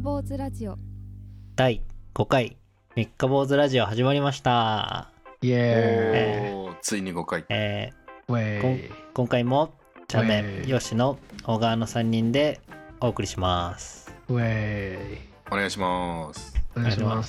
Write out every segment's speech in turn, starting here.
坊主ラジオ第5回三日坊主ラジオ始まりました。 イエおー、ついに5回。 ーイウェイ今回もチャンネウェイルよしの小川の3人でお送りします。 ウェイお願いします。 お願いします。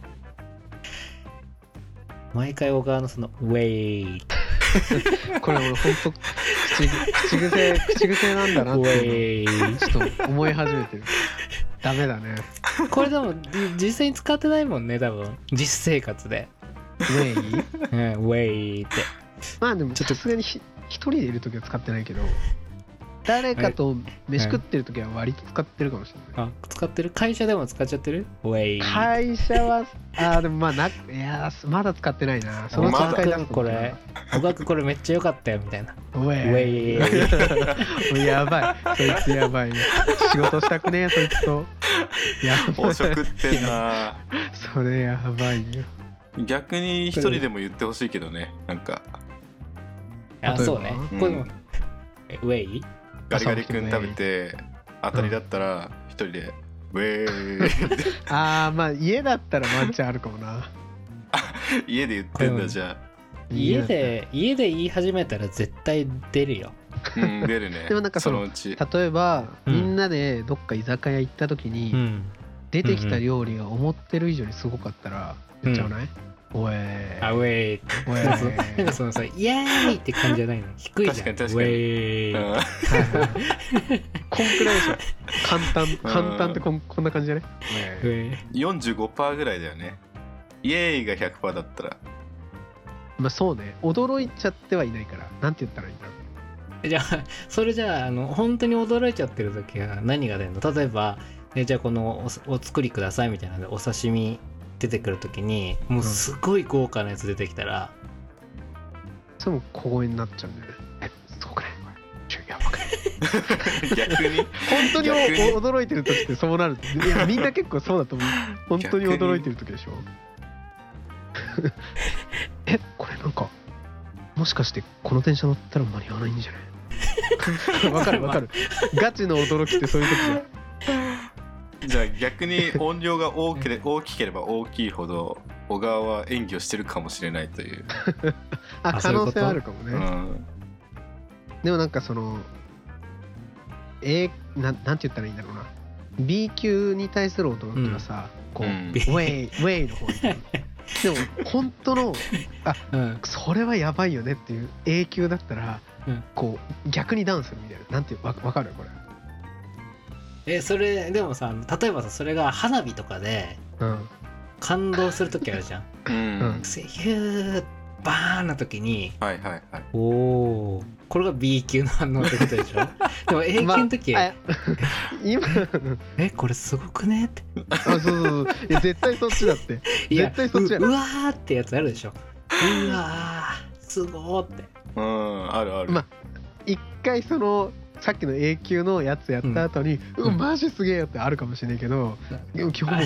毎回小川のそのウェイこれ俺ほんと口癖なんだなっウてェイちょっと思い始めてる。ダメだね。 これでも実際に使ってないもんね、多分実生活で、 ウェイウェイって。 まあでもさすがに一人でいるときは使ってないけど、誰かと飯食ってるときは割と使ってるかもしれない。 あ、使ってる？会社でも使っちゃってる？ウェイ。 会社はでもまあいやまだ使ってないな。その小川使い出す君これ小川君これめっちゃ良かったよみたいな。 ウウェイェイやばい、そいつやばい。仕事したくねえそいつと。やばい。 お食ってんな。 それやばいよ。 逆に一人でも言ってほしいけどね。なんかあ、そうね。 うんこれもウェイガリガリ君食べて当たりだったら一人でウェーイってまあ家だったらワンチャンあるかもな。 家で言ってんだ。じゃ家で言い始めたら絶対出るよ。 あ、うん、出るね。 でもなんかそのうち例えば、 うんみんなでどっか居酒屋行った時に、 ん。 出てきた料理が思ってる以上にすごかったら言っちゃわない？おえあ、ウェイって。 おえなんかそのさ、イエーイって感じじゃないの。低いじゃん。 確かに確かにウェイ。 うんこんくらいでしょ。簡単ってこんな感じじゃね？ ウェイ。 45% ぐらいだよね。イエーイが 100% だったらまあそうね。驚いちゃってはいないから。なんて言ったらいいんだろう。 じゃあ、それじゃあ、本当に驚いちゃってる時は何が出るの？例えば、じゃあこのお作りくださいみたいなのでお刺身出てくる時にもうすごい豪華なやつ出てきたら、 それも小声になっちゃうんだよね。そうかね。やばくない？ 逆に本当に逆に驚いてる時ってそうなる。いやみんな結構そうだと思う。本当に驚いてる時でしょ。これなんかもしかしてこの電車乗ったら間に合わないんじゃないわかるガチの驚きってそういう時じゃん。 じゃあ逆に音量が大きければ大きいほど小川は演技をしてるかもしれないという、 可能性はあるかもね。 うんでもなんかそのなんて言ったらいいんだろうな。 B 級に対する驚きはさ、こう、 うんウェイの方にでも本当のそれはやばいよねっていう A 級だったら、こう逆にダウンするみたいな。なんてわかるこれ。 それでもさ、例えばさ、それが花火とかで感動する時あるじゃん。 うんヒューバーンの時に、 はいはいはい。 おお、これが B 級の反応ってことでしょ。でも A 級の時、 今これすごくねって。 そういや絶対そっちだって。 いや、 絶対そっちやうわーってやつあるでしょ。うわーすごーって。 あるある。 まあ一回そのさっきの A 級のやつやった後に、マジすげえよってあるかもしれないけど、でも基本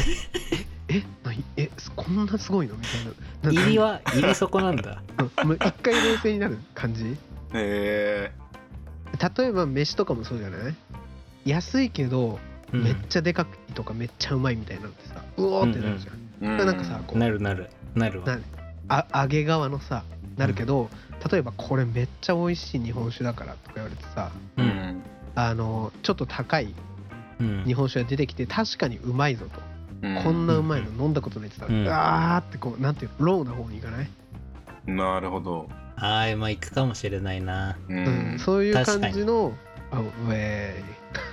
こんなすごいのみたいな。 入りそこなんだ。 もう一回冷静になる感じ。 へ例えば飯とかもそうじゃない？安いけどめっちゃでかくとかめっちゃうまいみたいなのってさ、うおーってなるじゃん。なんかさ、こうなるわ。 揚げ側のさなるけど、例えばこれめっちゃ美味しい日本酒だからとか言われてさ、ちょっと高い日本酒が出てきて確かにうまいぞと、こんなうまいの飲んだことないって言ったら、ってこうなんていうの、ローな方にいかない？ なるほど。 まあ行くかもしれないな。 そういう感じのウェイ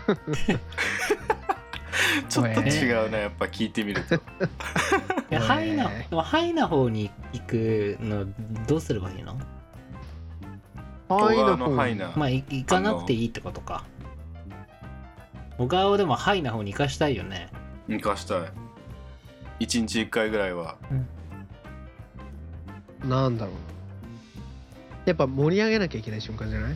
ちょっと違うな、やっぱ聞いてみると。 ハイな方に行くのどうすればいいの？ ハイな方ハイな。 まあ行かなくていいってことか。小川でもハイな方に行かしたいよね。 行かしたい。1日1回ぐらいは。 なんだろう。やっぱ盛り上げなきゃいけない瞬間じゃない？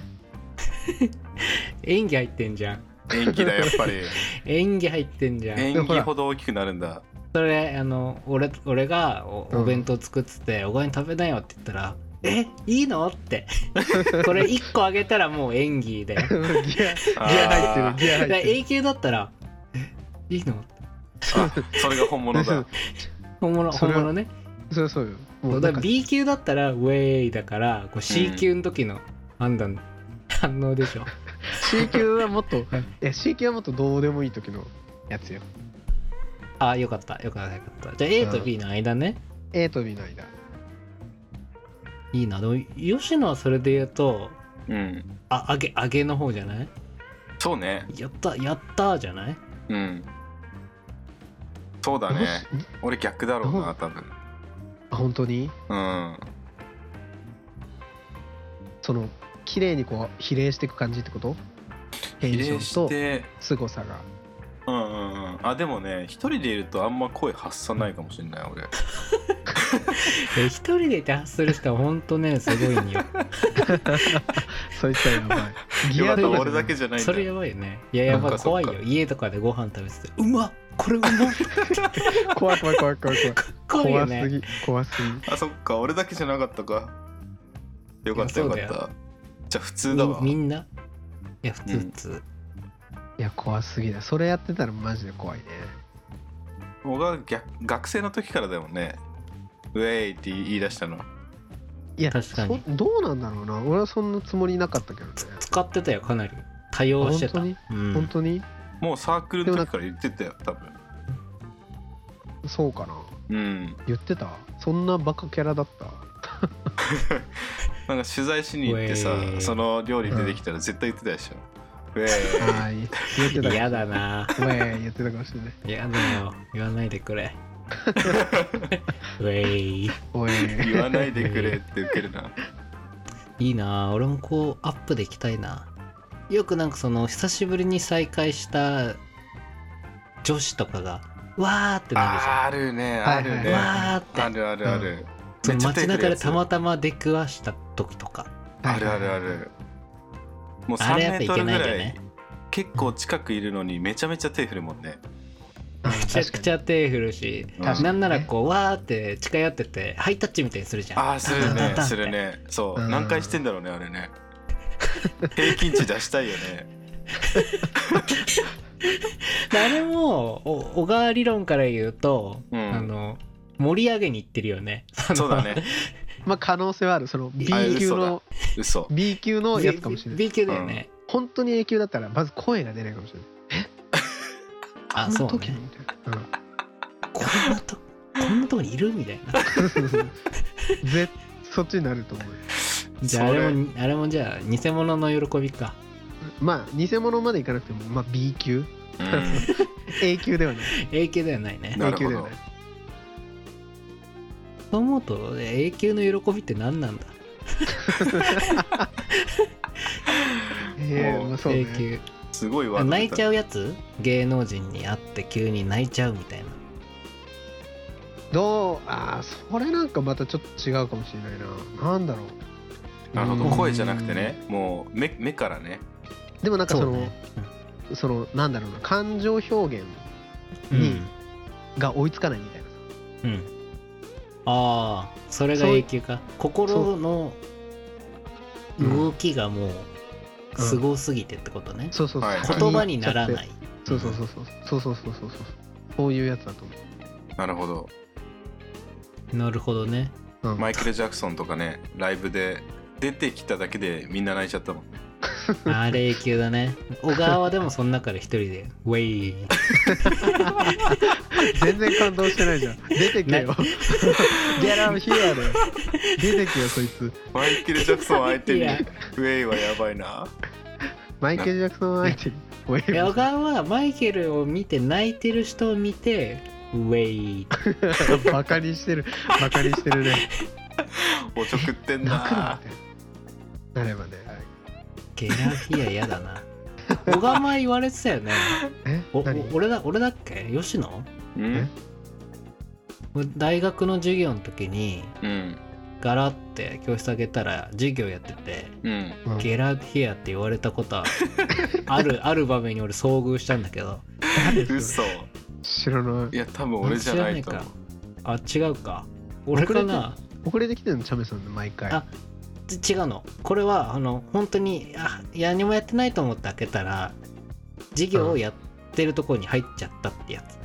演技入ってんじゃん。 演技だやっぱり。 演技入ってんじゃん。 演技ほど大きくなるんだ。 それ俺がお弁当作ってて、お金食べなよって言ったら、いいのってこれ1個あげたらもう演技でギア入ってる。 A 級だったらいいのあ、それが本物だ。 本物ね。 それはそうよ。もうだから B 級だったらウェイだからこう C 級の時の反応でしょ。 C 級はもっとC 級はもっとどうでもいい時のやつよ。 あ、よかった。じゃあ A と B の間ね。 A と B の間。 いいな。でも吉野はそれで言うと、上げの方じゃない？ そうね。 やったーじゃない？ そうだね。俺逆だろうな、多分。 あ、本当に？その綺麗にこう比例していく感じってこと？テンションと凄さが。 あ、でもね、一人でいるとあんま声発さないかもしれない俺。 一人でいて発する人は本当ね、すごいんよ。 そいつはやばい。 ギアと俺だけじゃないんだよ。 それやばいよね。いや、やばい、怖いよ。家とかでご飯食べてて、これうまっ怖いよね。 怖すぎ。 あ、そっか、俺だけじゃなかったか。よかった。じゃあ普通だわ。 みんな。いや、普通。 いや、怖すぎだ。それやってたらマジで怖いね。 僕は学生の時からだもんね。ウェイって言い出したの。 いや、 確かに。 どうなんだろうな。俺はそんなつもりなかったけどね。 使ってたよ、かなり。多用してた。 本当に？ もうサークルの時から言ってたよ、多分。 そうかな。言ってた？そんなバカキャラだった？ なんか取材しに行ってさ、その料理出てきたら絶対言ってたでしょ。ウェイ。言ってた。 嫌だな。 ウェイ言ってたかもしれない。 嫌だよ。言わないでくれ。ウェイ。 言わないでくれってウケるな。 いいな。俺もこうアップでいきたいな。よくなんかその久しぶりに再会した女子とかがわーってなるじゃん。 あるね。 わーって。 ある。 その街中でたまたま出くわした時とか。 ある。もう3メートルぐらい結構近くいるのにめちゃめちゃ手振るもんね。 めちゃくちゃ手振るし、なんならこうわーって近寄っててハイタッチみたいにするじゃん。 あ、するね。そう、何回してんだろうね、あれね。平均値出したいよね。 あれも小川理論から言うと、盛り上げにいってるよね。 そうだね。 まあ可能性はある。その B 級の B 級のやつかもしれない。 B 級だよね。 本当に A 級だったらまず声が出ないかもしれない。 あ、そうね。こんなとこにいるみたいな。 そっちになると思う。 じゃああれもじゃあ偽物の喜びか。 まあ偽物までいかなくてもまあ B 級。A 級ではない。 A 級ではないね。 A 級ではない。 そう思うと A 級の喜びって何なんだ。 そうね。 A 級すごいわ。 泣いちゃうやつ？芸能人に会って急に泣いちゃうみたいな。 それなんかまたちょっと違うかもしれないな。なんだろう。 なるほど。声じゃなくてね、もう目からね。 でもなんかそのなんだろうな、感情表現が追いつかないみたいな。 ああ、それが A 級か。心の動きがもうすごすぎてってことね。 そう言葉にならない。 そうそういうやつだと思う。 なるほど。 なるほどね。 マイケル・ジャクソンとかね、ライブで出てきただけでみんな泣いちゃったもんね。 あれ A 級だね。小川はでもその中で一人でウェイ。 全然感動してないじゃん。出てけよ。ギャラをヒアで出てけよそいつ。 マイケル・ジャクソン相手にウェイはやばいな。 マイケル・ジャクソン相手にウェイ。 小川はマイケルを見て泣いてる人を見てウェイ。 バカにしてるね。 おちょくってんな。 なればね。 ゲラフィア嫌だな。小川前言われてたよね。俺だっけ？吉野？大学の授業の時に、ガラって教室あげたら授業やってて、ゲラフィアって言われたことはある場面に俺遭遇したんだけど。 嘘。 知らない。 いや多分俺じゃないと思う。 あ、違うか。俺かな。 遅れてきてるのチャメさんで毎回。 違うの。これは本当に何もやってないと思って開けたら授業をやってるところに入っちゃったってやつ。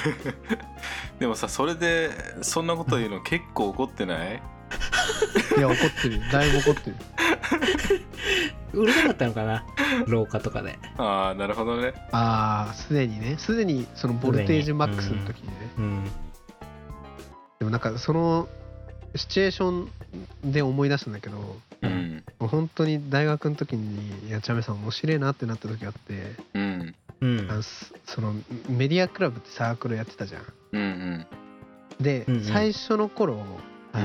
でもさ、それでそんなこと言うの結構怒ってない？ いや怒ってる、だいぶ怒ってる。 うるさかったのかな、廊下とかで。 ああ、なるほどね。 ああ、すでにそのボルテージマックスの時にね、 うん、 でもなんかそのシチュエーションで思い出したんだけど、 うん、 もう本当に大学の時にやちゃめさん面白いなってなった時あって、 うんうん、 そのメディアクラブってサークルやってたじゃん。 うんうん、 で、うんうん、最初の頃うん、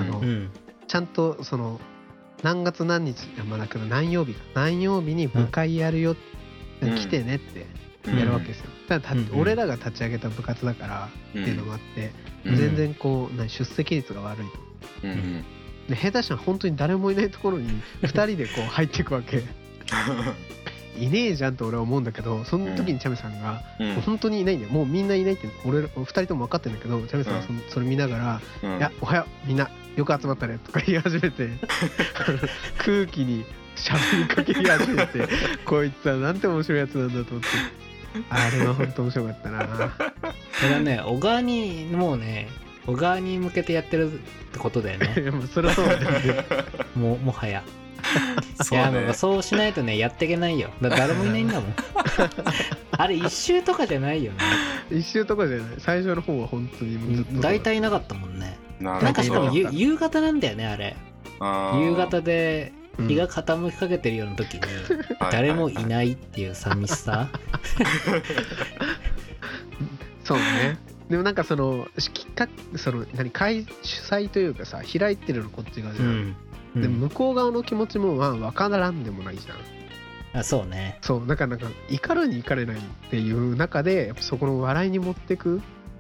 ちゃんとその何月何日、まあ、だけど何曜日に部会やるよ、うん、来てねってやるわけですよ。ただ俺らが立ち上げた部活だからっていうのもあって、全然こう出席率が悪いと。で下手したら本当に誰もいないところに2人でこう入っていくわけ。いねえじゃんと俺は思うんだけど、その時にチャメさんが、もう本当にいないんだよ、もうみんないないって俺2人とも分かってるんだけど、チャメさんはそれ見ながら、いやおはようみんなよく集まったねとか言い始めて空気に喋りかけ始めてこいつはなんて面白いやつなんだと思って、あれは本当面白かったな。 それはね、小川にもうね、小川に向けてやってるってことだよね。 もうそれはそうだよね。 もはやそうね、いやそうしないとねやっていけないよ。誰もいないんだもん。あれ一周とかじゃないよね。 一周とかじゃない。最初の方は本当にずっと大体いなかったもんね。なんかしかも夕方なんだよねあれ。夕方で日が傾きかけてるような時に誰もいないっていう寂しさ。 そうね。でもなんかその主催というかさ、開いてるのこっち側じゃん。で向こう側の気持ちもまあ分からんでもないじゃん。 あ、そうね。 そうだからなんか怒るに怒れないっていう中で、やっぱそこの笑いに持ってく、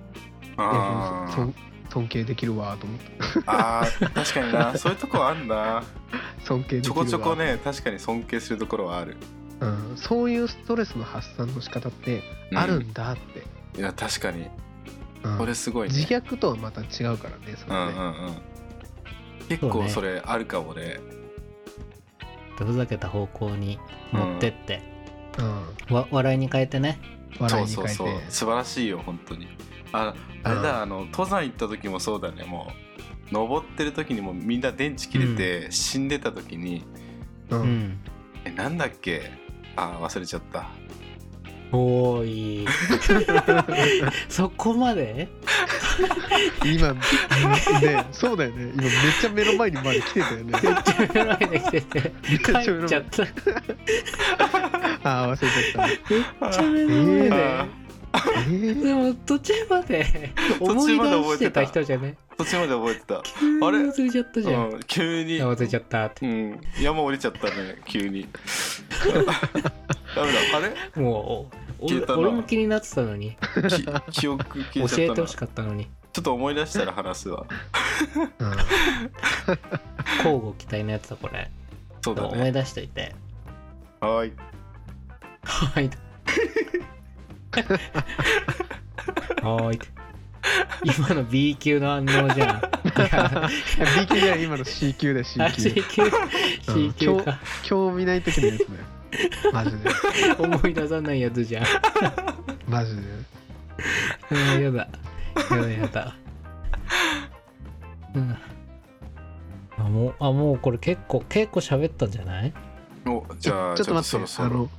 尊敬できるわと思って。 あー確かにな、そういうとこはあるな。 尊敬できるわ。 ちょこちょこね、確かに尊敬するところはある。 うん、そういうストレスの発散の仕方ってあるんだって。 いや確かに、これすごいね。 自虐とはまた違うからね、それね。 結構それあるかもね。 ふざけた方向に持ってって、笑いに変えてね。 笑いに変えて。 そう素晴らしいよ本当に。あれだ、登山行った時もそうだね。もう登ってる時にもみんな電池切れて死んでた時に、なんだっけ、忘れちゃった。 おーいそこまで今ね、そうだよね。今めっちゃ目の前にまで来てたよね。 めっちゃ目の前に来てて帰っちゃった。 忘れちゃった。 めっちゃ目の前で、でも途中まで思い出してた人じゃね。 途中まで覚えてた。 あれ忘れちゃったじゃん。 急に忘れちゃったって。 山降りちゃったね急に。ダメだ、あれもう俺も気になってたのに。 記憶消えちゃったな。 教えてほしかったのに。 ちょっと思い出したら話すわ。 交互期待のやつだこれ。 そうだね。 思い出しといて。 はいはいはい。今の B 級の反応じゃん。 B 級じゃん、今の C 級だよ。 C 級か。 興味ない時のやつだよマジで。 思い出さないやつじゃん。 マジで。 やだ。もうこれ結構喋ったんじゃない？ じゃあちょっと待って、そろ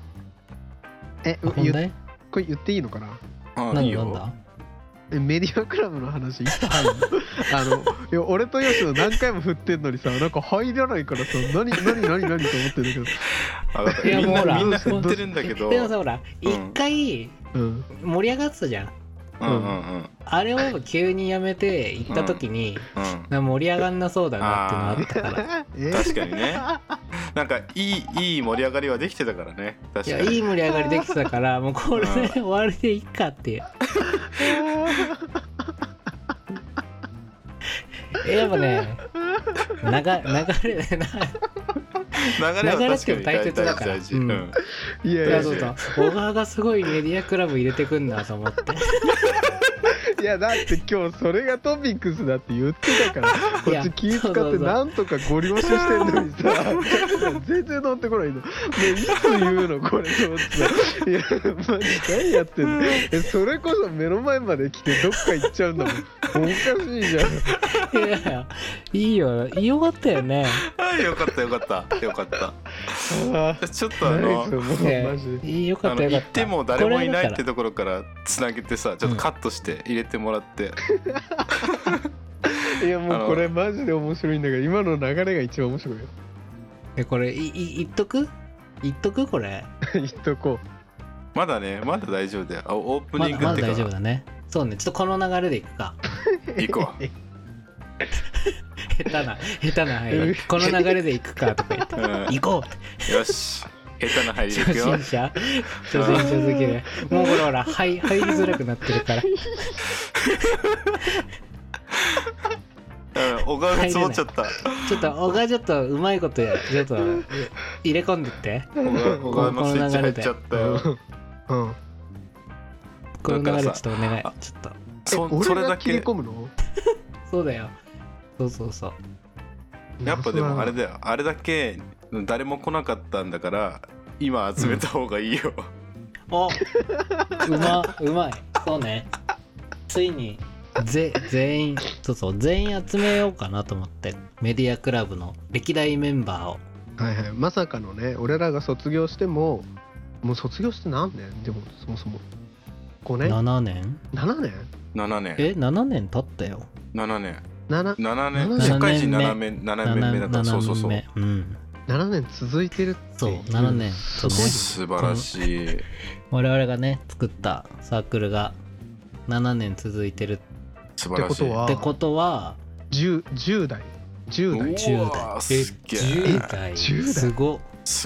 これ言っていいのかな？ なんだ？ メディアクラブの話いつ入るの？いや俺とヨシの何回も振ってんのにさ、なんか入らないからさ、何と思ってるんだけど。 いやもうほらみんな振ってるんだけど。 でもさほら一回盛り上がってたじゃん。あれを急にやめて行った時に、盛り上がんなそうだなっていうのあったから。 確かにね。なんかいい盛り上がりはできてたからね。確かに。 いやいい盛り上がりできてたからもうこれで終わりでいいかっていう。やっぱね流れって大切だから。いやそう小川がすごいメディアクラブ入れてくんなと思って。 いいやだって今日それがトピックスだって言ってたからこっち気使ってなんとかゴリ押ししてんのにさ全然乗ってこないの。いつ言うのこれと思ってさ、いやマジ何やってんの。それこそ目の前まで来てどっか行っちゃうんだもん。おかしいじゃん。 いやいいよ、よかったよね。 よかったよかったよかった。ちょっとマジよかったよかった。 行っても誰もいないってところからつなげてさ、ちょっとカットして入れてもらって、 いやもうこれマジで面白いんだけど、今の流れが一番面白いよ。 これ言っとくこれ言っとこう。まだね、まだ大丈夫だよ。オープニングってか、 まだ大丈夫だね。そうね、ちょっとこの流れでいくか。 行こう。 下手な入り、この流れでいくかとか言って、行こう。 よし、下手な入りでいくよ。 初心者すぎる。もうこれほら入りづらくなってるから。 小川が積もっちゃった。 ちょっと小川ちょっとうまいことちょっと入れ込んでって。 小川のスイッチ入っちゃったよ。 この流れちょっとお願い。ちょっとそれだけ切り込むの？ そうだよ。そうやっぱでもあれだよ、あれだけ誰も来なかったんだから今集めた方がいいよ。 お、うまい。そうね、ついに全員全員集めようかなと思って、メディアクラブの歴代メンバーを。 はいはい。まさかのね、俺らが卒業してもう卒業して何年？でもそもそも5年 7年 7年 7年経ったよ。 7年 7 社会人7年目だから。そう、 7年続いてるって。 そう7年すごい。 素晴らしい。 我々がね作ったサークルが7年続いてる素晴らしい。 ってことは 10代すげえ。 10代すご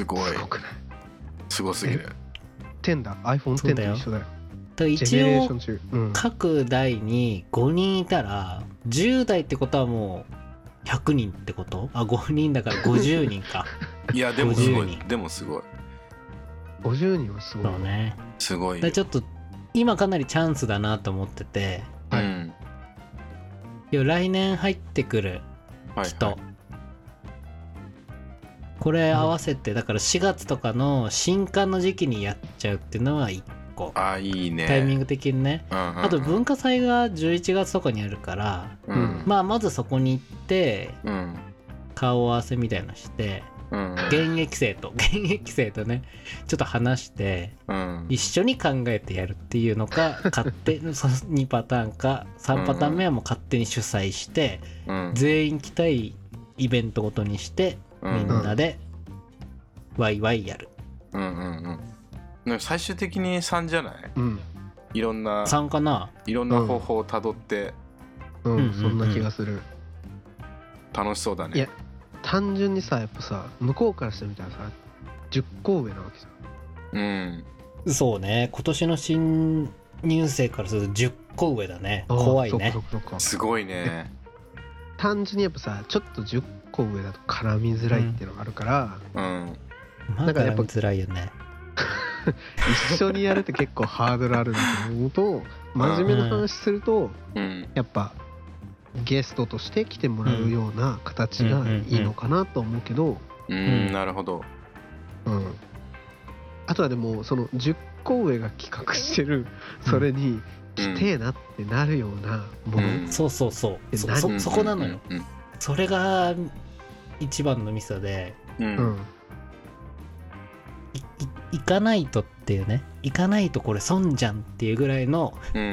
すぎる。 10だ。 iPhone10 と一緒だよ。 一応各代に5人いたら10代ってことはもう100人ってこと？あ、5人だから50人か。 いやでもすごい。でもすごい。 50人はすごい。 そうね。 すごい。 ちょっと今かなりチャンスだなと思ってて、来年入ってくる人、これ合わせてだから4月とかの新刊の時期にやっちゃうっていうのは1個。 いいね。 タイミング的にね。あと文化祭が11月とかにあるから、まずそこに行って、顔合わせみたいなのして、現役生とねちょっと話して、一緒に考えてやるっていうのか、勝手に2パターンか3パターン目はもう勝手に主催して、全員来たいイベントごとにして、みんなでワイワイやる。 最終的に3じゃない？いろんな 3かな。 いろんな方法をたどって、 そんな気がする。 楽しそうだね。 いや単純にさ、やっぱさ、向こうからしてみたらさ10個上なわけじゃん。 そうね、今年の新入生からすると10個上だね。怖いね。 すごいね。 単純にやっぱさ、ちょっと10個上だと絡みづらいっていうのがあるから、 だからやっぱ辛いよね。 一緒にやるって結構ハードルあるなと思うと、真面目な話すると、やっぱゲストとして来てもらうような形がいいのかなと思うけど。 なるほど。 あとはでもその10個上が企画してるそれに来てえなってなるようなもの。 そこなのよ。それが一番のミソで、行かないとっていうね、行かないとこれ損じゃんっていうぐらいの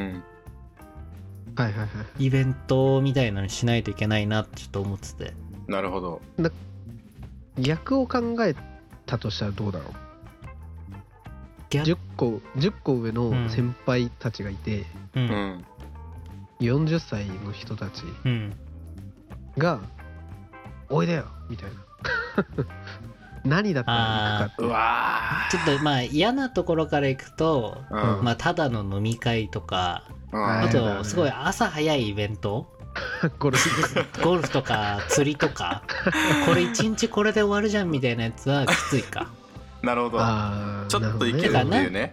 イベントみたいなのにしないといけないなってちょっと思ってて。 なるほど。 逆を考えたとしたらどうだろう。10個上の先輩たちがいて、40歳の人たちがおいでよみたいな何だったら行くかって。 ちょっとまあ嫌なところから行くと、まあただの飲み会とか、あとすごい朝早いイベント、ゴルフとか釣りとか、これ一日これで終わるじゃんみたいなやつはきついか。 なるほど。ちょっといけるっていうね。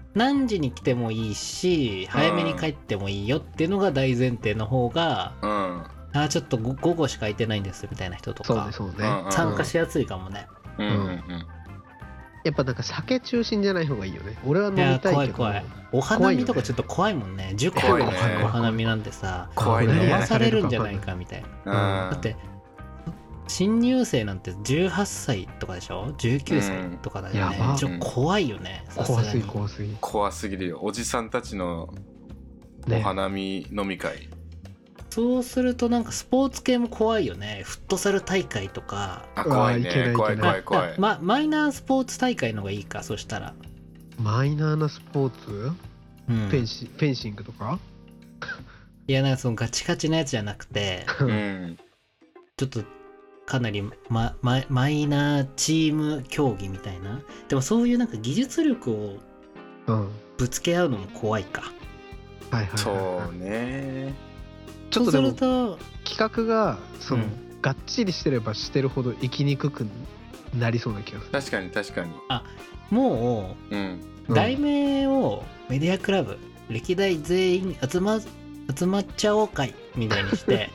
何時に来てもいいし早めに帰ってもいいよっていうのが大前提の方が、ちょっと午後しか空いてないんですみたいな人とかそうね参加しやすいかもね。 やっぱなんか酒中心じゃない方がいいよね。俺は飲みたいけど。 怖いお花見とかちょっと怖いもんね。10個のお花見なんてさ、 怖いね。 飲まされるんじゃないかみたいな。だって新入生なんて18歳とかでしょ、19歳とかだよね。ちょっと怖いよね。 怖すぎるよ。おじさんたちのお花見飲み会。 そうするとなんかスポーツ系も怖いよね。フットサル大会とか。 怖いね。怖い。 マイナースポーツ大会のがいいか、そしたら。 マイナーなスポーツ、フェンシングとか。 いや、なんかそのガチガチなやつじゃなくて、ちょっとかなりマイナーチーム競技みたいな。でもそういうなんか技術力をぶつけ合うのも怖いか。 そうね。 ちょっとでも企画ががっちりしてればしてるほど生きにくくなりそうな気がする。 確かに。 もう、題名をメディアクラブ歴代全員集まっちゃおうかいみたいにして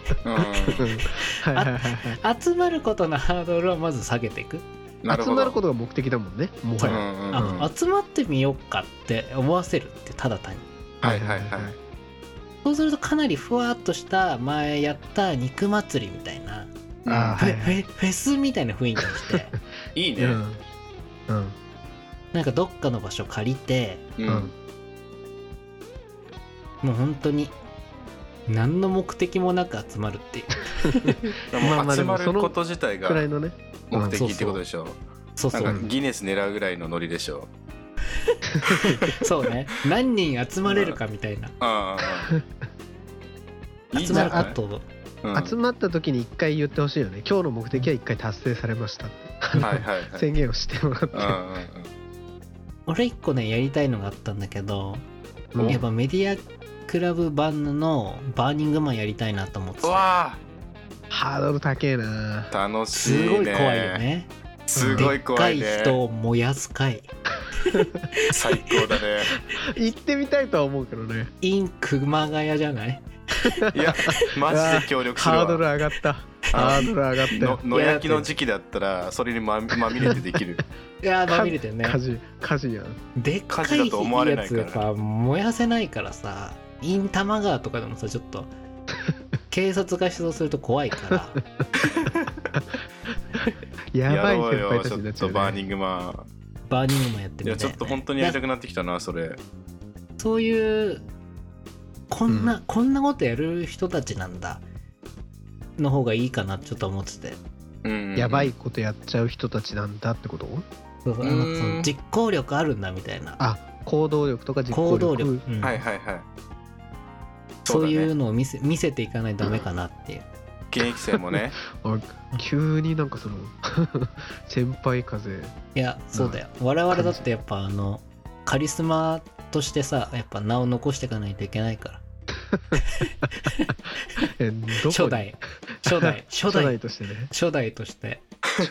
集まることのハードルをまず下げていく。 集まることが目的だもんね、もはや。集まってみようかって思わせるってただ単に。そうするとかなりふわっとした前やった肉祭りみたいなフェスみたいな雰囲気にしていいね。 なんかどっかの場所借りて、もう本当に何の目的もなく集まるっていう集まること自体が目的ってことでしょ。なんかギネス狙うぐらいのノリでしょ。 そうね、何人集まれるかみたいな。集まること集まった時に一回言ってほしいよね。今日の目的は一回達成されましたって宣言をしてもらって。 俺一個ねやりたいのがあったんだけど、やっぱメディアクラブ版のバーニングマンやりたいなと思ってた。 ハードル高えな。 楽しいね。 すごい怖いよね。 すごい怖いね。 でっかい人を燃やす会最高だね。 行ってみたいとは思うけどね。 イン熊谷じゃない？ いやマジで協力するわ。 ハードル上がった。 野焼きの時期だったらそれにまみれてできる。 いやまみれてね。 火事やん。 でっかいやつやっぱ燃やせないからさ。イン玉川とかでもさちょっと警察が出動すると怖いからやばい先輩たちになっちゃうね。 バーニングマンやってみたい、ね。いやちょっと本当にやりたくなってきたなそれ。 そういうこんなことやる人たちなんだの方がいいかなちょっと思ってて。 やばいことやっちゃう人たちなんだってこと？ その実行力あるんだみたいな。 行動力とか実行力。 そういうのを見せていかないとダメかなっていう。 現役生もね。 急になんかその先輩風。 いやそうだよ。我々だってやっぱカリスマとしてさやっぱ名を残していかないといけないから。初代としてね。 初代としてね。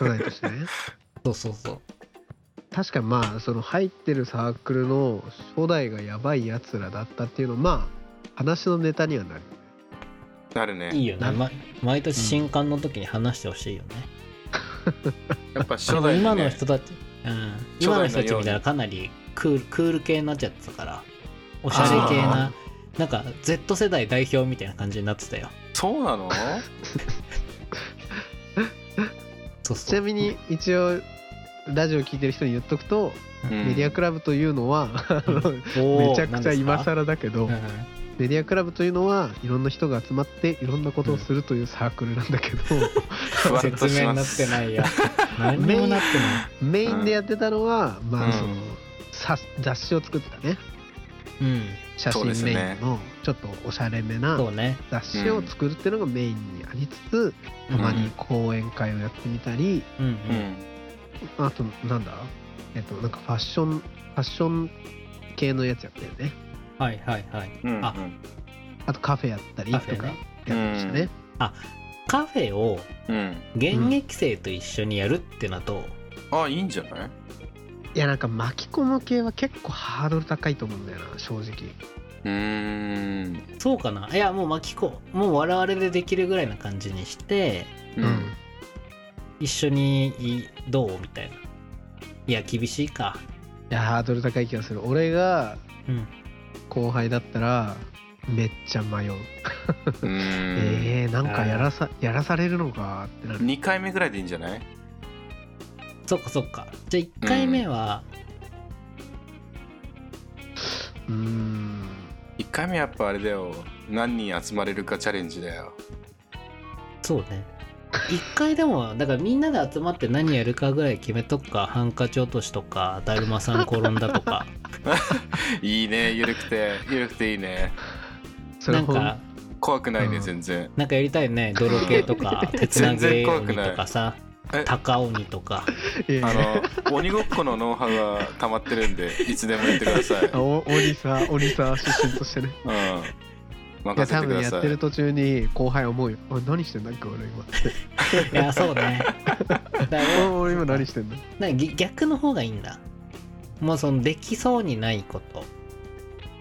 そう。 確かにまあその入ってるサークルの初代がやばいやつらだったっていうのはまあ話のネタにはなる。 なるね。 いいよね。毎年新刊の時に話してほしいよね。 やっぱ初代ね。 今の人たちみたいなかなりクール系になっちゃってたからおしゃれ系ななんか Z 世代代表みたいな感じになってたよ。 そうなの？ ちなみに一応ラジオ聞いてる人に言っとくと、メディアクラブというのはめちゃくちゃ今更だけど、メディアクラブというのはいろんな人が集まっていろんなことをするというサークルなんだけど、 説明になってないや。何にもなってない。 メインでやってたのはまあその雑誌を作ってたね。写真メインのちょっとおしゃれめな雑誌を作るっていうのがメインにありつつ、たまに講演会をやってみたり、あとなんだなんかファッション系のやつやったよね。あとカフェやったりとかやってましたね。 カフェを現役生と一緒にやるってのはどう？ いいんじゃない？ いやなんか巻き込む系は結構ハードル高いと思うんだよな正直。 そうかな。いやもうもう我々でできるぐらいな感じにして、一緒にどうみたいな。いや厳しいか。 いやハードル高い気がする。俺が後輩だったらめっちゃ迷う。なんかやらされるのかってなる。 2回目ぐらいでいいんじゃない？ そっかじゃあ1回目は 1回目やっぱあれだよ、何人集まれるかチャレンジだよ。 そうね。1回でもだからみんなで集まって何やるかぐらい決めとくか。ハンカチ落としとかだるまさん転んだとか。 いいね、ゆるくていいね。 なんか怖くないね、全然。 なんかやりたいね。泥系とか鉄投げ鬼とかさ、高鬼とか。 鬼ごっこのノウハウは溜まってるんでいつでも言ってください。 鬼さ出身としてね。 任せてください。 多分やってる途中に後輩思うよ。何してんだっけ俺今って。 いやそうね。 俺今何してんだ。 逆の方がいいんだ。もうそのできそうにないこと。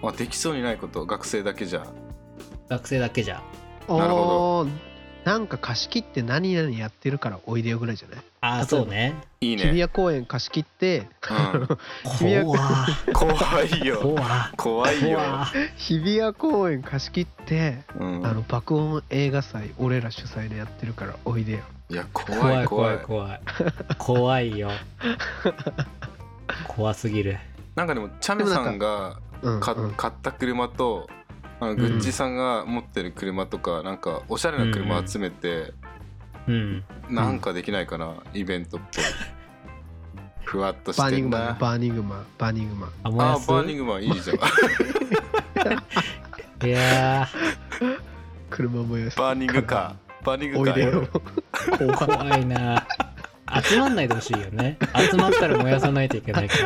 できそうにないこと。学生だけじゃ。 なるほど。 なんか貸し切って何々やってるからおいでよぐらいじゃない？ そうね。 いいね。 日比谷公園貸し切って、 怖いよ。 日比谷公園貸し切って、爆音映画祭俺ら主催でやってるからおいでよ。 いや怖いよ。怖すぎる。 なんかでもチャメさんが買った車とグッチさんが持ってる車とか、なんかおしゃれな車集めて、なんかできないかな、イベントっぽい。ふわっとしてんな。 バーニングマンバーニングマンいいじゃん。 いや車燃やす。 バーニングカーおいでよ。 怖いな。集まんないでほしいよね。集まったら燃やさないといけないから。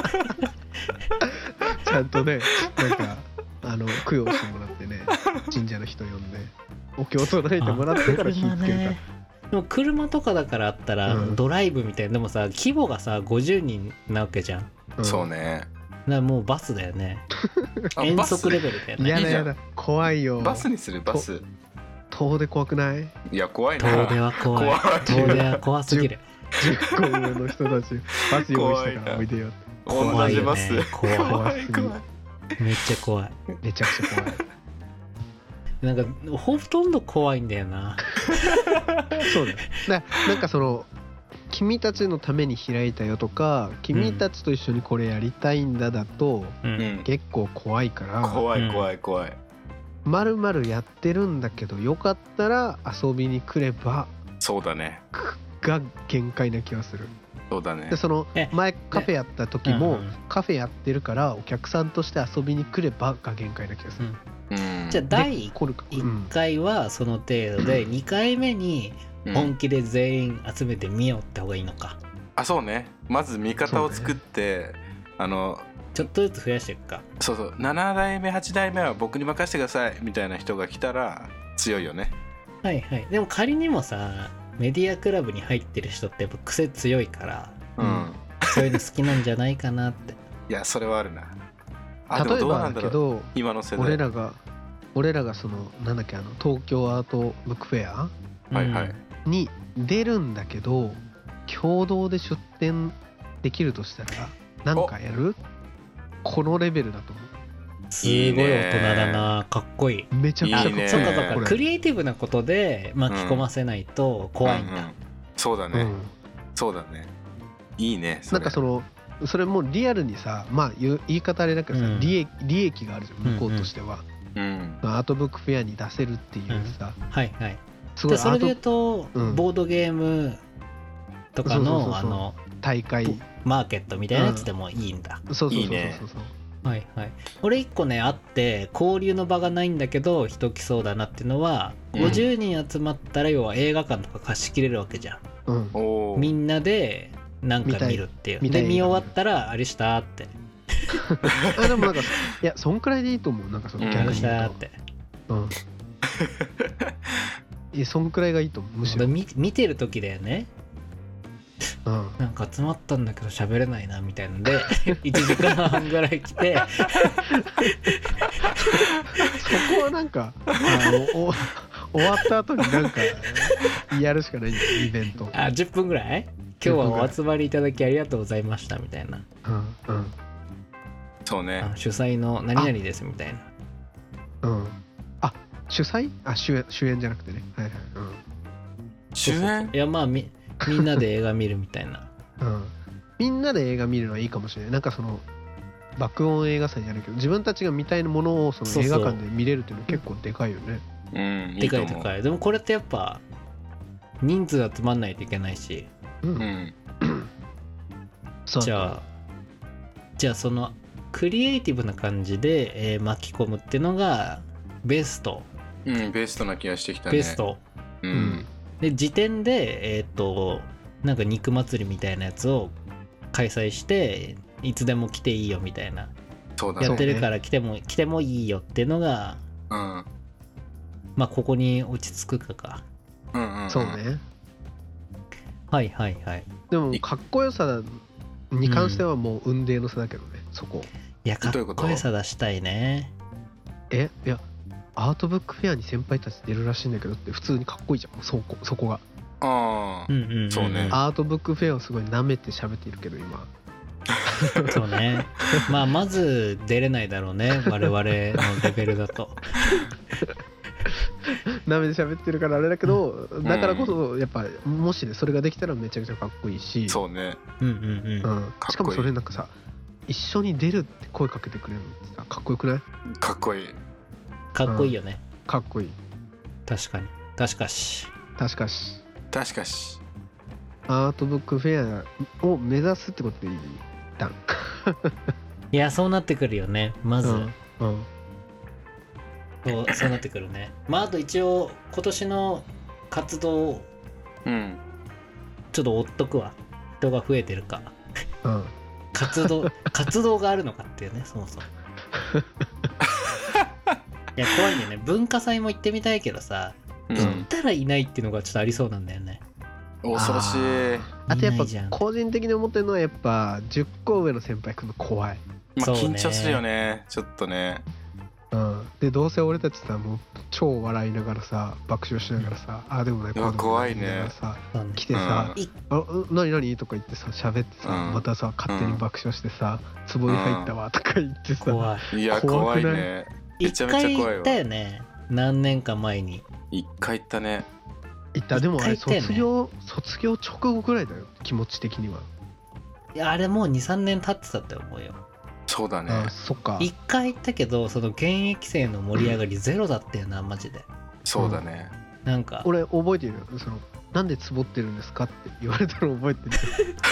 ちゃんとね、なんか供養してもらってね、神社の人呼んでお経を唱えてもらってから火つけるか。 でも車とかだからあったら、ドライブみたいな。でもさ規模がさ50人なわけじゃん。 そうね。 もうバスだよね。遠足レベルだよね。 やだ怖いよ。 バスにする。バス遠出怖くない？ いや怖いな。 遠出は怖すぎる。 10個上の人たちバス用意したからおいでよって。 同じバス。 怖すぎる。 めっちゃ怖い。 めちゃくちゃ怖い。 なんかほとんど怖いんだよな。 そうだ。なんか君たちのために開いたよとか、君たちと一緒にこれやりたいんだだと、結構怖いから。 怖い。 まるまるやってるんだけど、よかったら遊びに来れば。 そうだね。 が限界な気がする。 そうだね。 で前カフェやった時も、カフェやってるからお客さんとして遊びに来ればが限界な気がする。 じゃあ第1回はその程度で、2回目に本気で全員集めてみようって方がいいのか。 そうね。まず味方を作って、 ちょっとずつ増やしていくか。 そう7代目8代目は僕に任せてくださいみたいな人が来たら強いよね。 でも仮にもさ、メディアクラブに入ってる人ってやっぱ癖強いから、そういうの好きなんじゃないかなって。 いやそれはあるな。 例えばだけど、 今の世代俺らがなんだっけ、東京アートブックフェアに出るんだけど、共同で出展できるとしたらなんかやる？このレベルだと思う。 すごい大人だな。かっこいい。 めちゃくちゃかっこいい。 そうかクリエイティブなことで巻き込ませないと怖いんだ。 そうだね。いいね。 なんかそれもリアルにさ、言い方あれだけどさ、利益があるじゃん、向こうとしては。アートブックフェアに出せるっていうさ。すごい。 それで言うとボードゲームとかの大会マーケットみたいなやつでもいいんだ。 そう。 俺1個ねあって、交流の場がないんだけど人来そうだなっていうのは、50人集まったら要は映画館とか貸し切れるわけじゃん。みんなでなんか見るっていう。で見終わったらあれしたって。 でもなんかいやそんくらいでいいと思う。なんかギャグしたって。 いやそんくらいがいいと思う。むしろ見てる時だよね。 なんか集まったんだけど喋れないなみたいなので1時間半ぐらい来てそこはなんか終わった後になんかやるしかないんだよイベント。 10分ぐらい今日はお集まりいただきありがとうございましたみたいな。 そうね。 主催の何々ですみたいな。 主催？主演じゃなくてね。はいはい。 主演？ いやまあみんなで映画見るみたいな。 みんなで映画見るのはいいかもしれない。なんかその爆音映画祭じゃないけど自分たちが見たいものをその映画館で見れるっていうのは結構でかいよね。 でかいでかい。でもこれってやっぱ人数集まんないといけないし。じゃあそのクリエイティブな感じで、巻き込むっていうのがベスト。 ベストな気がしてきたね。 ベスト。で時点でなんか肉祭りみたいなやつを開催していつでも来ていいよみたいな。 そうだね。 やってるから来てもいいよっていうのが、まあここに落ち着くか。 そうね。 はいはいはい。 でもかっこよさに関してはもう雲泥の差だけどね、そこ。 いやかっこよさ出したいね。 いやアートブックフェアに先輩たち出るらしいんだけどって普通にかっこいいじゃん、そこが。 そうね。 アートブックフェアをすごい舐めて喋っているけど今。 そうね。まず出れないだろうね我々のレベルだと。 舐めて喋ってるからあれだけど、だからこそやっぱもしねそれができたらめちゃくちゃかっこいいし。 そうね。 しかもそれなんかさ一緒に出るって声かけてくれるのってさかっこよくない？ かっこいい。 かっこいいよね。 かっこいい。 確かに。確かしアートブックフェアを目指すってことでいい？ いやそうなってくるよねまず。そうなってくるね。あと一応今年の活動ちょっと追っとくわ。人が増えてるか。活動があるのかっていうねそもそも。いや怖いんだよね。文化祭も行ってみたいけどさ、行ったらいないっていうのがちょっとありそうなんだよね。 恐ろしい。 あとやっぱ個人的に思ってるのはやっぱ10個上の先輩来るの怖い。 緊張するよねちょっとね。 でどうせ俺たちさもう超笑いながらさ爆笑しながらさでもね怖いね来てさ何とか言ってさ喋ってさまたさ勝手に爆笑してさ壺に入ったわとか言ってさいや怖いね。めちゃめちゃ怖いわ。 一回行ったよね何年か前に。 一回行ったね。 行った。でもあれ卒業直後ぐらいだよ気持ち的には。 いやあれもう 2,3 年経ってたって思うよ。 そうだね。 そっか。 一回行ったけどその現役生の盛り上がりゼロだったよなマジで。 そうだね。 なんか俺覚えてるよ。そのなんでつぼってるんですかって言われたの覚えてる。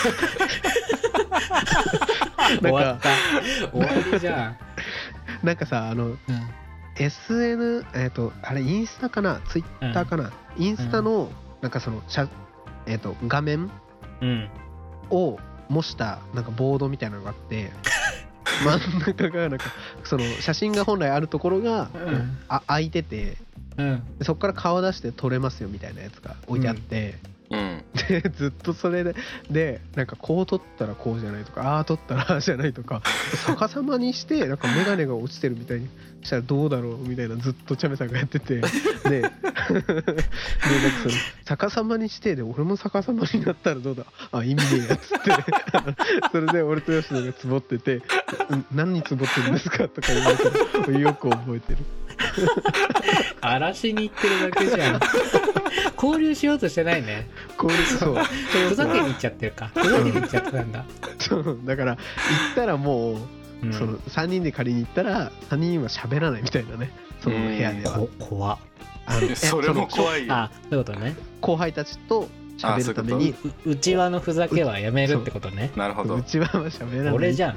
終わった終わりじゃん。 なんかさSN あれインスタかなツイッターかな、インスタのなんかその画面を模したなんかボードみたいなのがあって真ん中がなんかその写真が本来あるところが開いてて、そこから顔出して撮れますよみたいなやつが置いてあって、でずっとそれでなんかこう撮ったらこうじゃないとか撮ったらじゃないとか逆さまにしてなんか眼鏡が落ちてるみたいにしたらどうだろうみたいなずっとチャメさんがやっててでなんかその逆さまにしてで俺も逆さまになったらどうだ意味ねえやつってそれで俺と吉野がつぼってて何につぼってるんですかとか言われてよく覚えてる。 荒らしに行ってるだけじゃん。交流しようとしてないね。 そうふざけに行っちゃってるか。ふざけに行っちゃってたんだ。 そうだから行ったらもう、その3人で仮に行ったら3人は喋らないみたいなねその部屋では。 怖っ。 それも怖いよ。 そういうことね。 後輩たちと喋るために内輪のふざけはやめるってことね。 なるほど。 内輪は喋らない俺じゃん。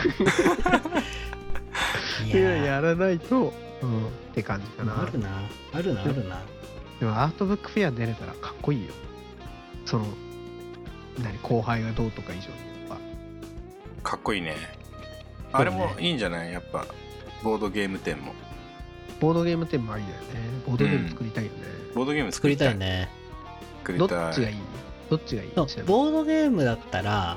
いやらないとって感じかな。 あるな。 でもアートブックフェア出れたらかっこいいよ。その後輩がどうとか以上とかっこいいね。あれもいいんじゃない？やっぱボードゲーム展も。 ボードゲーム展もありだよね。ボードゲーム作りたいよね。 ボードゲーム作りたいね。 どっちがいい？ どっちがいい？ ボードゲームだったら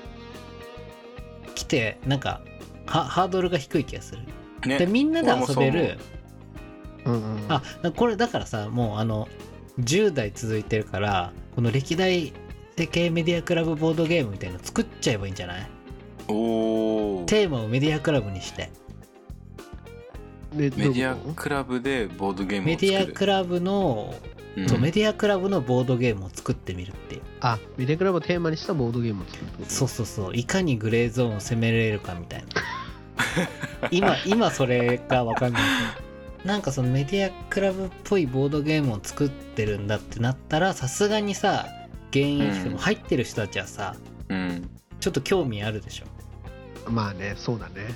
来てなんかハードルが低い気がする、ね、でみんなで遊べる、あ、これだからさ、もう10代続いてるからこの歴代世界メディアクラブボードゲームみたいなの作っちゃえばいいんじゃない？ おー、 テーマをメディアクラブにして、 メディアクラブでボードゲームを作る。 メディアクラブの、そうメディアクラブのボードゲームを作ってみるっていう。 あ、メディアクラブをテーマにしたボードゲームを作るってこと？ そうそうそう、いかにグレーゾーンを攻めれるかみたいな今それが分かんないけど、なんかそのメディアクラブっぽいボードゲームを作ってるんだってなったら、さすがにさ現役でも入ってる人たちはさ、ちょっと興味あるでしょ。 まあね、そうだね。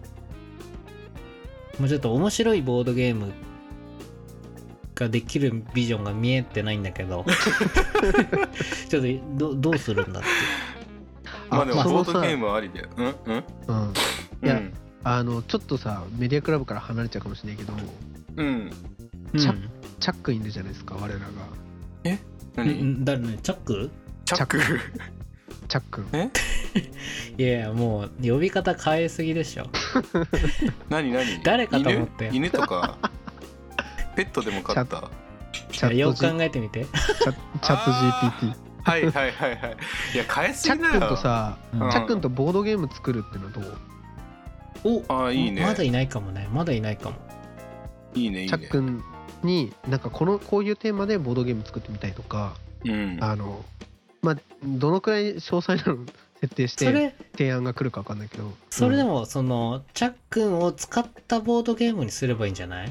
もうちょっと面白いボードゲームができるビジョンが見えてないんだけどちょっとどうするんだって。 まあでもボードゲームはありだよ。 いや、ちょっとさメディアクラブから離れちゃうかもしれないけど、チャックいるじゃないですか、我らが。 何？誰ね？チャック？ チャックいやもう呼び方変えすぎでしょ何誰かと思って。 犬とかペットでも飼った？ よく考えてみて。 チャット GPT。 はいいや変えすぎだよ。 チャックンとさ、チャックンとボードゲーム作るってのどう？ いいね。 まだいないかもね。 いいね。 チャックンになんかこういうテーマでボードゲーム作ってみたいとか、まあどのくらい詳細なの設定して提案が来るか分かんないけど、 それでもそのチャックンを使ったボードゲームにすればいいんじゃない？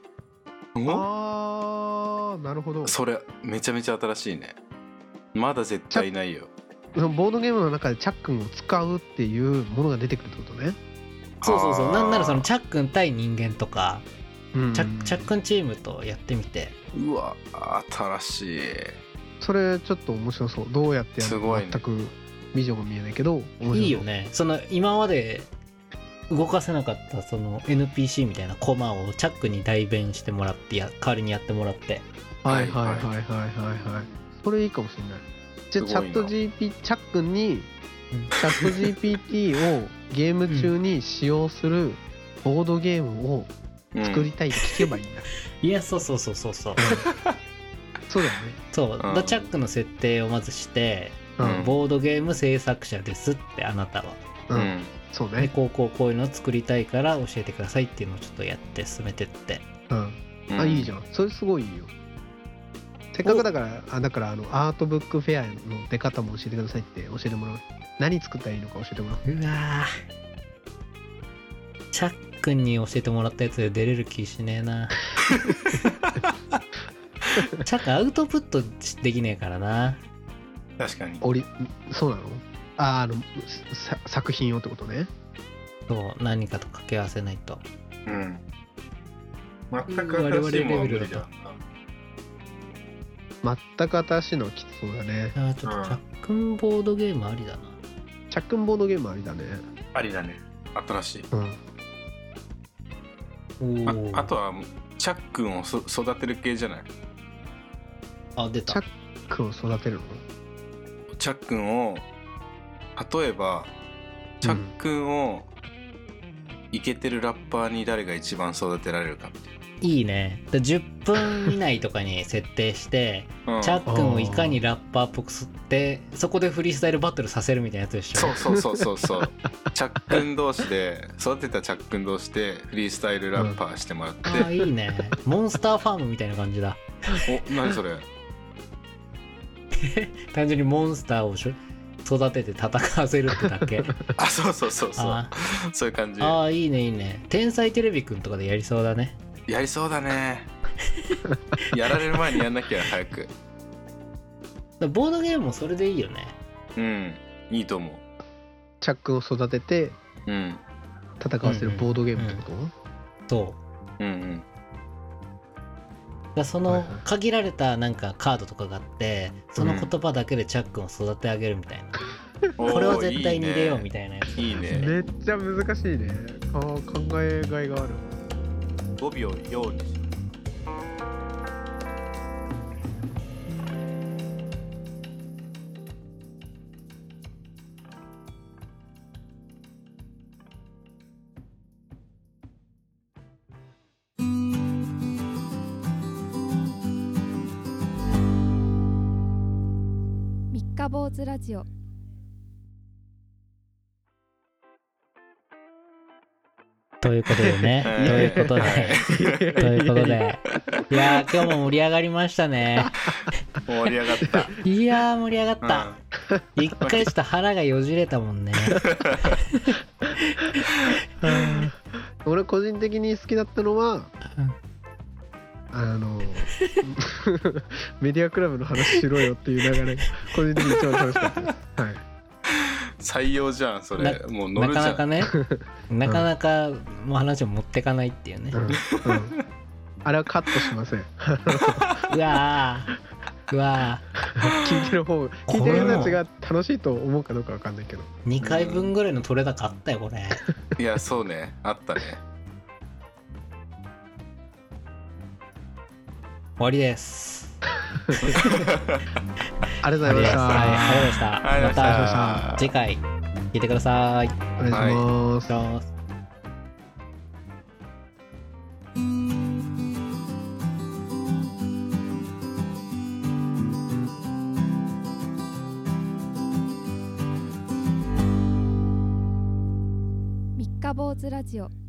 あー、なるほど。 それめちゃめちゃ新しいね。まだ絶対ないよ。 ボードゲームの中でチャックンを使うっていうものが出てくるってことね。 そうなんならそのチャックン対人間とか、チャックンチームとやってみて。 うわ新しい。 それちょっと面白そう。どうやってやるのか全くビジョンが見えないけどいいよね。その今まで動かせなかったその NPC みたいなコマをチャックに代弁してもらって代わりにやってもらって。 はいそれいいかもしれない。じゃあチャット GPT チャックンにチャット GPT をゲーム中に使用するボードゲームを作りたいって聞けばいいんだ。 いやそうそうだよね。そうだ、チャックの設定をまずして、ボードゲーム制作者ですってあなたは。 そうね。 でこういうのを作りたいから教えてくださいっていうのをちょっとやって進めてって。 いいじゃん。それすごいいいよ。せっかくだからアートブックフェアの出方も教えてくださいって教えてもらう。何作ったらいいのか教えてもらう。 うわチャックに教えてもらったやつで出れる気しねえな。チャックアウトプットできねえからな。 確かに。 そうなの？作品をってことね。 そう何かと掛け合わせないと。 全く新しいものは無理だ。 全く新しいのはきつそうだね。 ちょっとチャックンボードゲームありだな。 チャックンボードゲームありだね。 新しい。あとはチャックンを育てる系じゃない？ 出た。 チャックンを育てるの？ チャックンを例えばチャックンをイケてるラッパーに誰が一番育てられるかみたいな。 いいね。10分以内とかに設定して、チャックンをいかにラッパーっぽく吸ってそこでフリースタイルバトルさせるみたいなやつでしょ。 そうチャックン同士で育てたチャックン同士でフリースタイルラッパーしてもらって、 いいね。モンスターファームみたいな感じだ。 何それ単純にモンスターを育てて戦わせるってだけ。 そうそういう感じ。 いいね。天才テレビくんとかでやりそうだね。 やられる前にやんなきゃ早く。 ボードゲームもそれでいいよね。いいと思う。 チャックを育てて戦わせるボードゲームってこと？ そう。その限られたなんかカードとかがあって、その言葉だけでチャックを育て上げるみたいな。これは絶対に入れようみたいなやつ。 いいね。 めっちゃ難しいね。考えがいがある。 5秒ようにし日坊主ラジオ。 ということでね、ということで、いやー今日も盛り上がりましたね。 盛り上がった。 いやー盛り上がった。一回ちょっと腹がよじれたもんね。 俺個人的に好きだったのは、メディアクラブの話しろよっていう流れ、個人的に一番楽しかったです。はい。 採用じゃんそれ。もう乗るじゃん。 なかなかね、なかなかもう話を持ってかないっていうね。 あれはカットしません。 うわー聞いてる人たちが楽しいと思うかどうかわかんないけど、 2回分ぐらいの取れ高あったよこれ。 いやそうね、あったね。 終わりです。 ありがとうございました。 ありがとうございました。また次回聞いてください。 お願いします。 三日坊主ラジオ。